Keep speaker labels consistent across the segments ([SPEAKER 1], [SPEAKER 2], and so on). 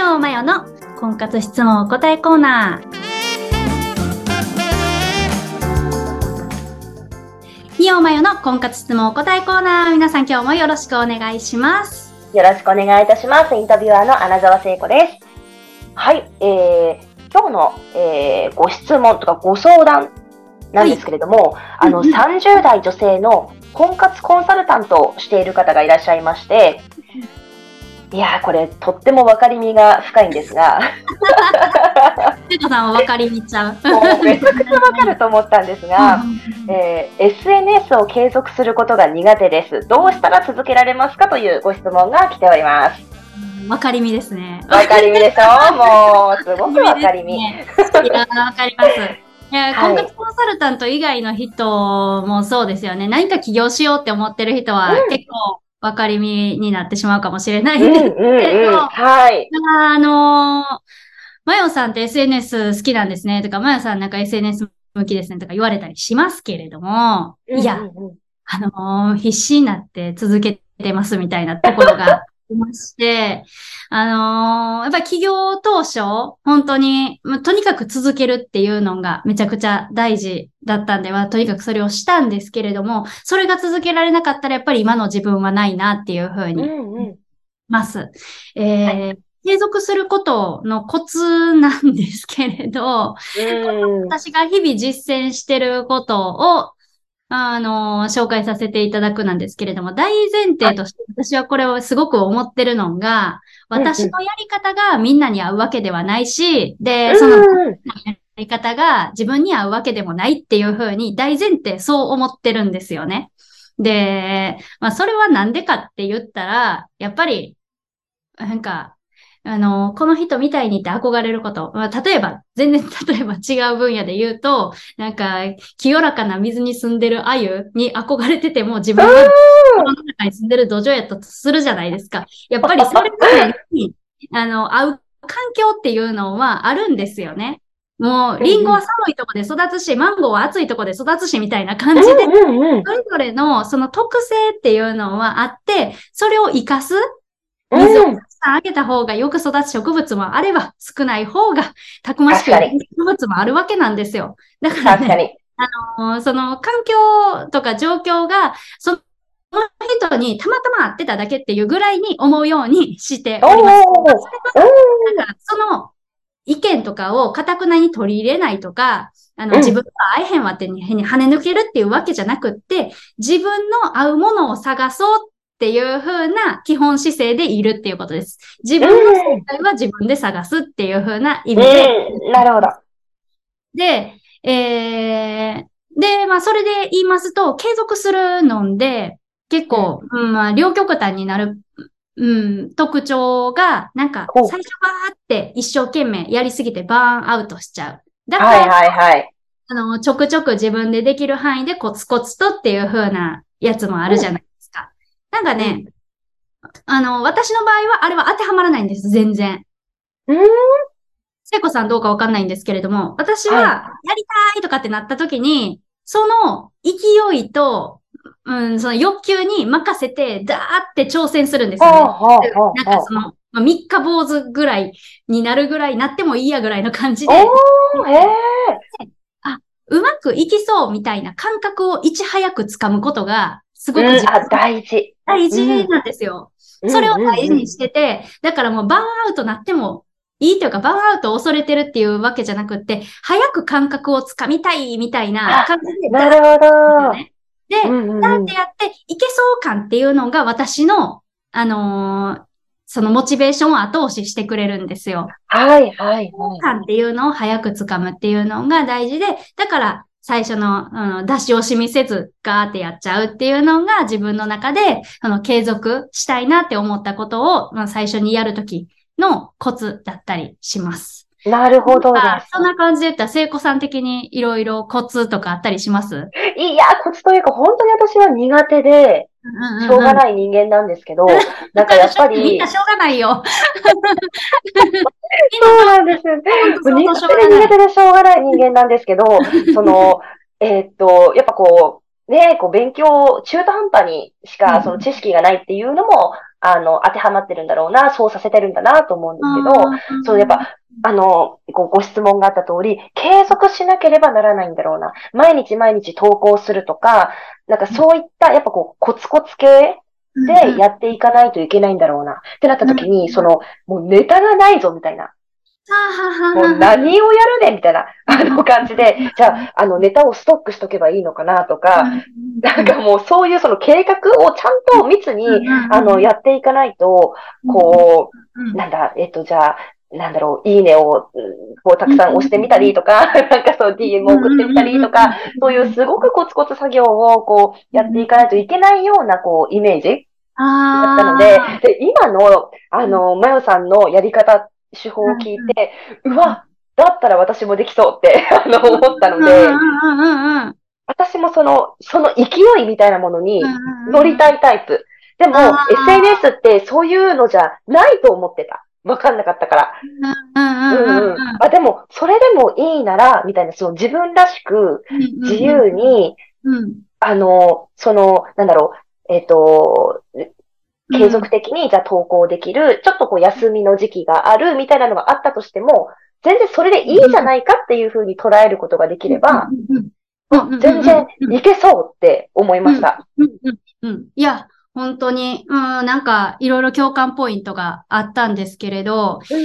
[SPEAKER 1] 尾真代の婚活質問お答えコーナー。二尾真代の婚活質問お答えコーナー。皆さん今日もよろしくお願いします。
[SPEAKER 2] よろしくお願いいたします。インタビュアーの穴澤聖子です。はい、今日の、ご質問とかご相談なんですけれども、はい、30代女性の婚活コンサルタントをしている方がいらっしゃいまして、いやーこれとっても分かりみが深いんですが
[SPEAKER 1] 聖子さんは分かりみちゃう
[SPEAKER 2] もうめちゃくちゃ分かると思ったんですが、SNS を継続することが苦手です。どうしたら続けられますかというご質問が来ております。
[SPEAKER 1] 分かりみですね。
[SPEAKER 2] 分かりみでしょもうすごく分かりみ。
[SPEAKER 1] いや分かります。婚活コンサルタント以外の人もそうですよね。何か起業しようって思ってる人は結構分かりみになってしまうかもしれないんですけど、
[SPEAKER 2] はい。
[SPEAKER 1] まよさんって SNS 好きなんですねとか、まよさんなんか SNS 向きですねとか言われたりしますけれども、いや、必死になって続けてますみたいなところがありまして、やっぱり起業当初、本当に、とにかく続けるっていうのがめちゃくちゃ大事だったんでは、とにかくそれをしたんですけれども、それが続けられなかったらやっぱり今の自分はないなっていうふうに思います。継続することのコツなんですけれど、私が日々実践してることを、紹介させていただくなんですけれども、大前提として私はこれをすごく思ってるのが、私のやり方がみんなに合うわけではないし、で、そのやり方が自分に合うわけでもないっていうふうに大前提そう思ってるんですよね。で、それはなんでかって言ったら、やっぱり、なんか、この人みたいにって憧れること。例えば違う分野で言うと、なんか、清らかな水に住んでる鮎に憧れてても自分がこの中に住んでる土壌やったとするじゃないですか。やっぱりそれに、合う環境っていうのはあるんですよね。もう、リンゴは寒いとこで育つし、マンゴーは暑いとこで育つし、みたいな感じで、それぞれのその特性っていうのはあって、それを活かす。水をたくさんあげた方がよく育つ植物もあれば、少ない方がたくましく植物もあるわけなんですよ。だからね、その環境とか状況が、その人にたまたま合ってただけっていうぐらいに思うようにしております。だからその意見とかを堅くなに取り入れないとか、自分が合えへんわって変に跳ね抜けるっていうわけじゃなくって、自分の合うものを探そうっていう風な基本姿勢でいるっていうことです。自分の正解は自分で探すっていう風な意味で。
[SPEAKER 2] なるほど。
[SPEAKER 1] で、それで言いますと、継続するので、結構、両極端になる、特徴が、なんか、最初バーって一生懸命やりすぎてバーンアウトしちゃう。だから、ちょくちょく自分でできる範囲でコツコツとっていう風なやつもあるじゃないですか。なんかね、私の場合は、あれは当てはまらないんです、全然。聖子さんどうかわかんないんですけれども、私は、やりたいとかってなった時に、その勢いと、その欲求に任せて、ダーって挑戦するんですよね。なんかその、三日坊主ぐらいになるぐらい、なってもいいやぐらいの感じで、うまくいきそうみたいな感覚をいち早くつかむことが、すごく大事なんですよ。それを大事にしてて、だからもうバーンアウトなってもいいというか、バーンアウトを恐れてるっていうわけじゃなくって、早く感覚をつかみたいみたいな感じで、
[SPEAKER 2] なるほど。
[SPEAKER 1] で、だってやっていけそう感っていうのが私の、そのモチベーションを後押ししてくれるんですよ。感っていうのを早くつかむっていうのが大事で、だから最初の、出し惜しみせずガーってやっちゃうっていうのが自分の中で、継続したいなって思ったことを、最初にやるときのコツだったりします。
[SPEAKER 2] なるほどです。
[SPEAKER 1] そんな感じで言ったら、聖子さん的にいろいろコツとかあったりします？
[SPEAKER 2] いや、コツというか、本当に私は苦手で、しょうがない人間なんですけど、なんかやっぱり。
[SPEAKER 1] みんなしょうがないよ。
[SPEAKER 2] そうなんですよ。苦手でしょうがない人間なんですけど、やっぱこう、 ね、こう勉強、中途半端にし
[SPEAKER 1] うん。
[SPEAKER 2] かその知識がないっていうのも、当てはまってるんだろうな、そうさせてるんだなと思うんですけど、
[SPEAKER 1] あ
[SPEAKER 2] そうやっぱ、ご質問があった通り、継続しなければならないんだろうな。毎日毎日投稿するとか、なんかそういった、やっぱこう、コツコツ系でやっていかないといけないんだろうな。ってなった
[SPEAKER 1] うん。
[SPEAKER 2] 時に、もうネタがないぞみたいな。
[SPEAKER 1] ははは
[SPEAKER 2] もう
[SPEAKER 1] はは。
[SPEAKER 2] 何をやるねんみたいな、
[SPEAKER 1] うん。
[SPEAKER 2] 感じで、じゃあ、ネタをストックしとけばいいのかなとか、
[SPEAKER 1] うん。
[SPEAKER 2] なんかもうそういうその計画をちゃんと密に、やっていかないと、こう、なんだ、じゃあ、なんだろう、いいねを、こうたくさん押してみたりとか、なんかそう DM を送ってみたりとか、そういうすごくコツコツ作業をこうやっていかないといけないようなこうイメージだったので、
[SPEAKER 1] ああ。
[SPEAKER 2] で、今の、マヨさんのやり方、手法を聞いて、うわ、だったら私もできそうって、思ったので、私もその勢いみたいなものに乗りたいタイプ。でも、SNS ってそういうのじゃないと思ってた。わかんなかったから。うんうん。あ、でも、それでもいいなら、みたいな、その自分らしく、自由に、なんだろう、継続的に、じゃあ投稿できる、ちょっとこう休みの時期があるみたいなのがあったとしても、全然それでいいじゃないかっていうふうに捉えることができれば、あ、全然いけそうって思いました。
[SPEAKER 1] いや、本当に、なんか、いろいろ共感ポイントがあったんですけれど、
[SPEAKER 2] うん。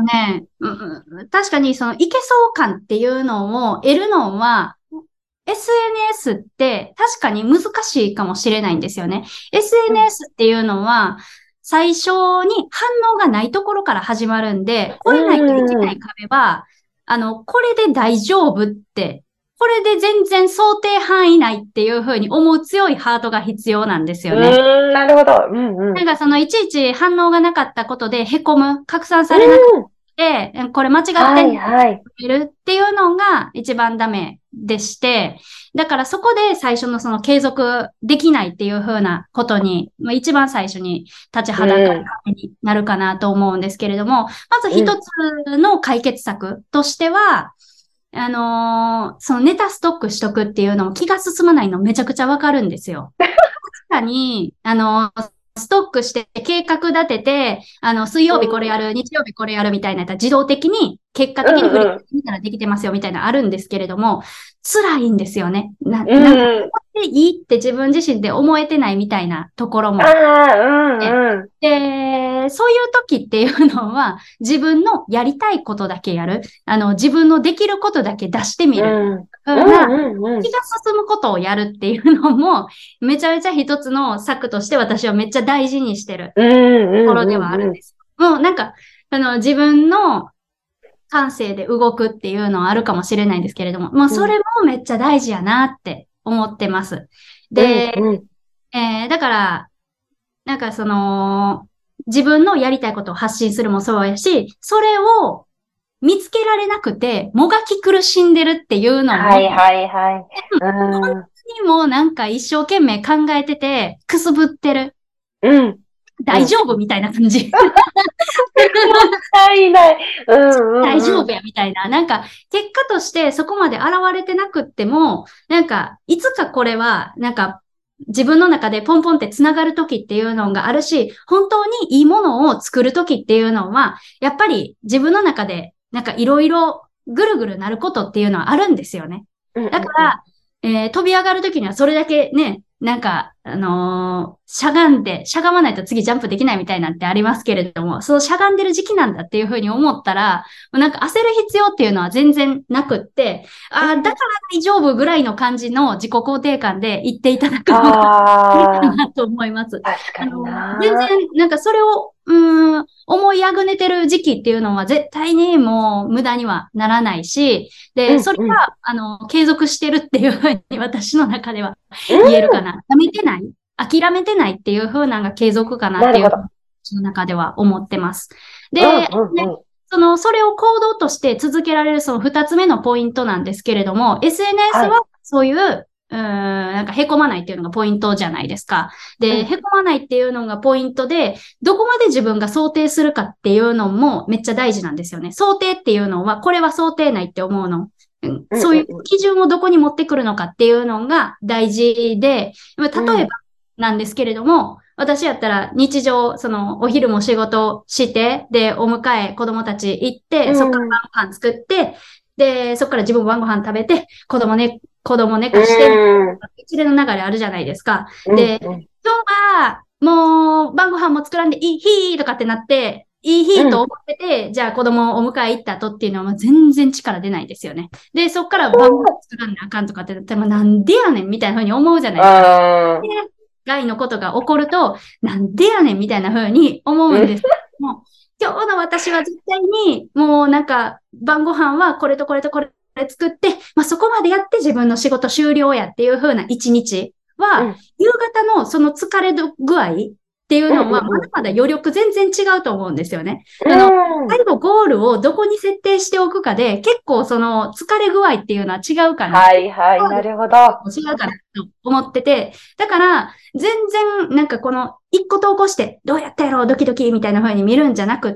[SPEAKER 1] 確かにその、いけそう感っていうのを得るのは、SNS って確かに難しいかもしれないんですよね。
[SPEAKER 2] うん。
[SPEAKER 1] SNS っていうのは、最初に反応がないところから始まるんで、
[SPEAKER 2] う
[SPEAKER 1] 超えないといけない
[SPEAKER 2] ん。
[SPEAKER 1] 壁は、これで大丈夫ってこれで全然想定範囲内っていうふうに思う強いハートが必要なんですよね。
[SPEAKER 2] なるほど。うんうん。
[SPEAKER 1] なんかそのいちいち反応がなかったことで凹む、拡散
[SPEAKER 2] う
[SPEAKER 1] されなく
[SPEAKER 2] ん。
[SPEAKER 1] て、これ間違って
[SPEAKER 2] はい
[SPEAKER 1] ん
[SPEAKER 2] はい。
[SPEAKER 1] るっていうのが一番ダメでして、だからそこで最初のその継続できないっていうふうなことに、一番最初に立ち
[SPEAKER 2] う
[SPEAKER 1] はだかる
[SPEAKER 2] ん。
[SPEAKER 1] 壁になるかなと思うんですけれども、まず一
[SPEAKER 2] うん。
[SPEAKER 1] つの解決策としては、そのネタストックしとくっていうのも気が進まないのめちゃくちゃわかるんですよ。確かに、ストックして計画立てて、水曜日これやる、日曜日これやるみたいなやったら自動的に、結果
[SPEAKER 2] う
[SPEAKER 1] 的に振り返っ
[SPEAKER 2] んうん。
[SPEAKER 1] てみたらできてますよみたいなのあるんですけれども、辛いんですよね。
[SPEAKER 2] う
[SPEAKER 1] なんか、
[SPEAKER 2] ん。
[SPEAKER 1] これでいいって自分自身で思えてないみたいなところ
[SPEAKER 2] あ
[SPEAKER 1] もね。
[SPEAKER 2] あ、うんうん。
[SPEAKER 1] で、そういう時っていうのは、自分のやりたいことだけやる。自分のできることだけ出してみる。
[SPEAKER 2] うん。
[SPEAKER 1] うんな、
[SPEAKER 2] うんうんうん。
[SPEAKER 1] 気が進むことをやるっていうのも、めちゃめちゃ一つの策として私はめっちゃ大事にしてる
[SPEAKER 2] うん
[SPEAKER 1] ところで
[SPEAKER 2] うんうんうん。
[SPEAKER 1] はあるんです。もうなんか、自分の感性で動くっていうのはあるかもしれないんですけれども、まあそれもめっちゃ大事やなって思ってます。
[SPEAKER 2] うん
[SPEAKER 1] で、
[SPEAKER 2] うん。
[SPEAKER 1] だから、なんかその、自分のやりたいことを発信するもそうやし、それを見つけられなくて、もがき苦しんでるっていうのも、
[SPEAKER 2] はいはいはい。うん。
[SPEAKER 1] にもなんか一生懸命考えてて、くすぶってる。
[SPEAKER 2] うん。うん。
[SPEAKER 1] 大丈夫みたいな感じ。
[SPEAKER 2] もったいない。うんうんうん。
[SPEAKER 1] 大丈夫や、みたいな。なんか、結果としてそこまで現れてなくっても、なんか、いつかこれは、なんか、自分の中でポンポンって繋がる時っていうのがあるし、本当にいいものを作る時っていうのは、やっぱり自分の中で、なんかいろいろぐるぐるなることっていうのはあるんですよね。
[SPEAKER 2] うんうんうん。
[SPEAKER 1] だから、飛び上がる時にはそれだけね、なんか、しゃがんで、しゃがまないと次ジャンプできないみたいなんてありますけれども、そのしゃがんでる時期なんだっていうふうに思ったら、なんか焦る必要っていうのは全然なくって、ああ、だから大丈夫ぐらいの感じの自己肯定感で言っていただくのがいいか
[SPEAKER 2] ああ、
[SPEAKER 1] なと思います。
[SPEAKER 2] 確かに
[SPEAKER 1] 全
[SPEAKER 2] な。
[SPEAKER 1] 然、なんかそれを、思いあぐねてる時期っていうのは絶対にもう無駄にはならないし、で、それ
[SPEAKER 2] うんうん。
[SPEAKER 1] が、継続してるっていうふうに私の中では
[SPEAKER 2] う
[SPEAKER 1] 言えるか
[SPEAKER 2] ん。
[SPEAKER 1] な。やめてない、諦めてないっていう風なのが継続かなっていう、
[SPEAKER 2] なるほど。
[SPEAKER 1] 私の中では思ってます。
[SPEAKER 2] うん
[SPEAKER 1] で、ね、
[SPEAKER 2] うんうん。
[SPEAKER 1] それを行動として続けられるその二つ目のポイントなんですけれども、SNS
[SPEAKER 2] はい。
[SPEAKER 1] はそういう、なんか凹まないっていうのがポイントじゃないですか。で、
[SPEAKER 2] うん。
[SPEAKER 1] 凹まないっていうのがポイントで、どこまで自分が想定するかっていうのもめっちゃ大事なんですよね。想定っていうのは、これは想定内って思うの。 そういう基準をどこに持ってくるのかっていうのが大事で、例えばなんですけれども、私やったら日常、お昼も仕事して、で、お迎え、子供たち行って、そこから晩ご飯作って、で、そこから自分晩ご飯食べて、子供寝かして、一連の流れあるじゃないですか。で、今日は、もう晩ご飯も作らんでいい日とかってなって、いい日と思ってて、じゃあ子供をお迎え行った後っていうのは全然力出ないですよね。で、そっから晩ご飯作らんなあかんとかってなってもなんでやねんみたいな風に思うじゃないですか。害のことが起こると、なんでやねんみたいな風に思うんですけども、今日の私は絶対に、もうなんか、晩ご飯はこれとこれとこれ作って、そこまでやって自分の仕事終了やっていう風な一日は、夕方のその疲れ具合っていうのは、まだまだ余力全然違うと思うんですよね。最後ゴールをどこに設定しておくかで、結構その疲れ具合っていうのは違うかな。
[SPEAKER 2] はいはい、なるほど。
[SPEAKER 1] 違うかなと思ってて、だから、全然なんかこの一個投稿して、どうやったやろうドキドキみたいな風に見るんじゃなくって、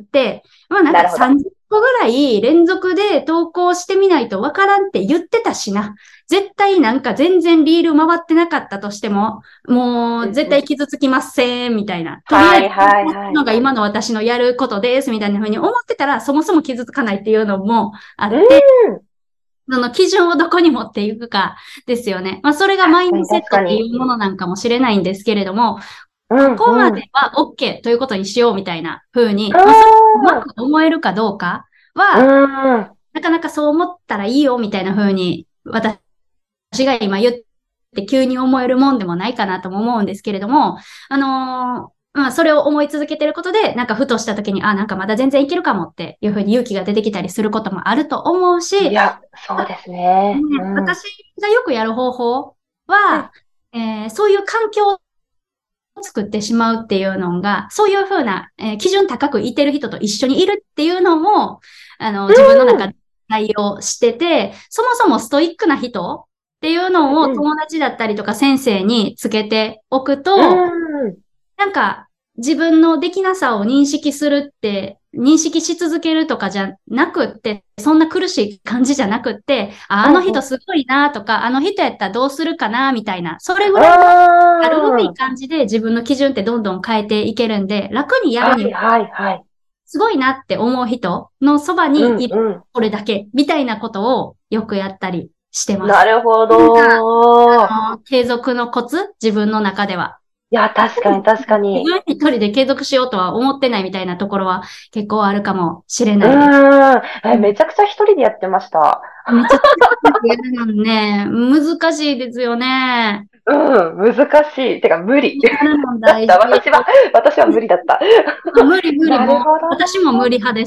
[SPEAKER 1] なんか30個ぐらい連続で投稿してみないとわからんって言ってたしな。絶対なんか全然リール回ってなかったとしても、もう絶対傷つきません、みたいな。とりあえず、このが今の私のやることです、みたいな風に思ってたら、そもそも傷つかないっていうのもあって、その基準をどこに持っていくかですよね。それがマインドセットっていうものなんかもしれないんですけれども、ここまでは OK ということにしようみたいな風に、それをうまく思えるかどうかは、なかなかそう思ったらいいよみたいな風に、私が今言って急に思えるもんでもないかなとも思うんですけれども、それを思い続けてることで、なんかふとした時に、なんかまだ全然いけるかもっていうふうに勇気が出てきたりすることもあると思うし、
[SPEAKER 2] いや、そうですね。
[SPEAKER 1] 私がよくやる方法は、そういう環境を作ってしまうっていうのが、そういうふうな、基準高くいてる人と一緒にいるっていうのも、自分の中で対応してて、そもそもストイックな人っていうのを友達だったりとか先生につけておくと、なんか自分のできなさを認識するって、認識し続けるとかじゃなくって、そんな苦しい感じじゃなくって、あの人すごいなとか、あの人やったらどうするかなみたいな、それぐらいの軽い感じで自分の基準ってどんどん変えていけるんで、楽にやるには、すごいなって思う人のそばにいる、これだけ、みたいなことをよくやったりしてます。
[SPEAKER 2] なるほど。
[SPEAKER 1] 継続のコツ、自分の中では。
[SPEAKER 2] いや、確かに確かに。
[SPEAKER 1] 自分一人で継続しようとは思ってないみたいなところは結構あるかもしれないです。
[SPEAKER 2] めちゃくちゃ一人でやってました。
[SPEAKER 1] めちゃくちゃやるのね、難しいですよね。
[SPEAKER 2] 難しい。てか、無理。
[SPEAKER 1] やるの大事。
[SPEAKER 2] 私は無理だった。
[SPEAKER 1] 無理。私も無理派です。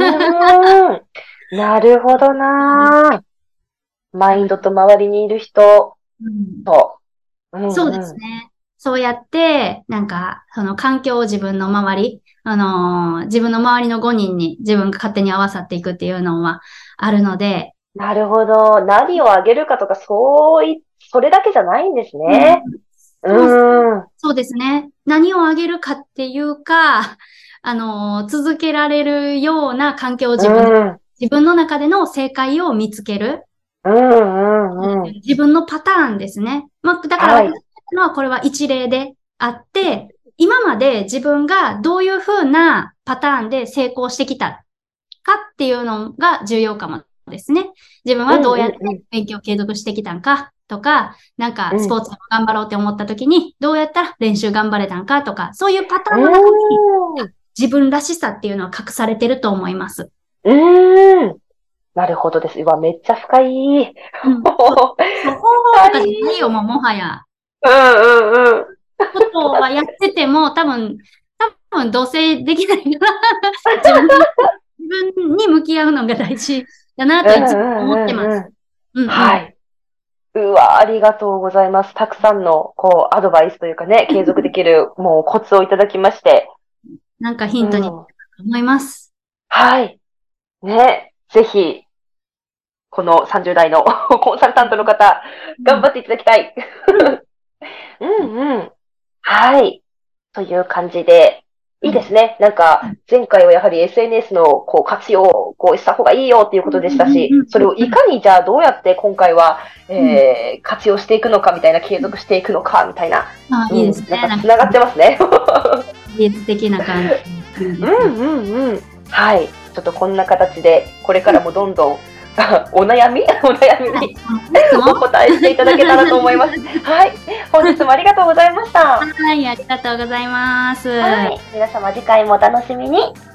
[SPEAKER 2] なるほどな。マインドと周りにいる人と。
[SPEAKER 1] そうですね。そうやって、なんか、その環境を自分の周り、自分の周りの5人に自分が勝手に合わさっていくっていうのはあるので。
[SPEAKER 2] なるほど。何をあげるかとか、それだけじゃないんですね。
[SPEAKER 1] そうですね。何をあげるかっていうか、続けられるような環境を自分の中での正解を見つける。自分のパターンですね。だから私のはこれは一例であって、今まで自分がどういうふうなパターンで成功してきたかっていうのが重要かもですね。自分はどうやって勉強を継続してきたんかとか、なんかスポーツでも頑張ろうって思った時にどうやったら練習頑張れたんかとか、そういうパターンの中に自分らしさっていうのは隠されてると思います。
[SPEAKER 2] なるほどです。めっちゃ深い。
[SPEAKER 1] そうとかじゃないよ、もはや。ことはやってても、多分どうせできないから自分に向き合うのが大事だなといつも思ってます。
[SPEAKER 2] はい。ありがとうございます。たくさんの、アドバイスというかね、継続できる、もうコツをいただきまして。
[SPEAKER 1] なんかヒントに思います。
[SPEAKER 2] はい。ね、ぜひ、この30代のコンサルタントの方、頑張っていただきたい。はい。という感じで、いいですね。なんか、前回はやはり SNS の活用をこうした方がいいよっていうことでしたし、それをいかにじゃあどうやって今回は、活用していくのかみたいな、継続していくのかみたいな。
[SPEAKER 1] いいですね。
[SPEAKER 2] なんか繋がってますね。
[SPEAKER 1] 技術的な感じ。
[SPEAKER 2] はい。ちょっとこんな形で、これからもどんどん、お悩みにお答えしていただけたらと思います。はい。本日もありがとうございました。
[SPEAKER 1] はい、ありがとうございます。
[SPEAKER 2] はい。皆様次回もお楽しみに。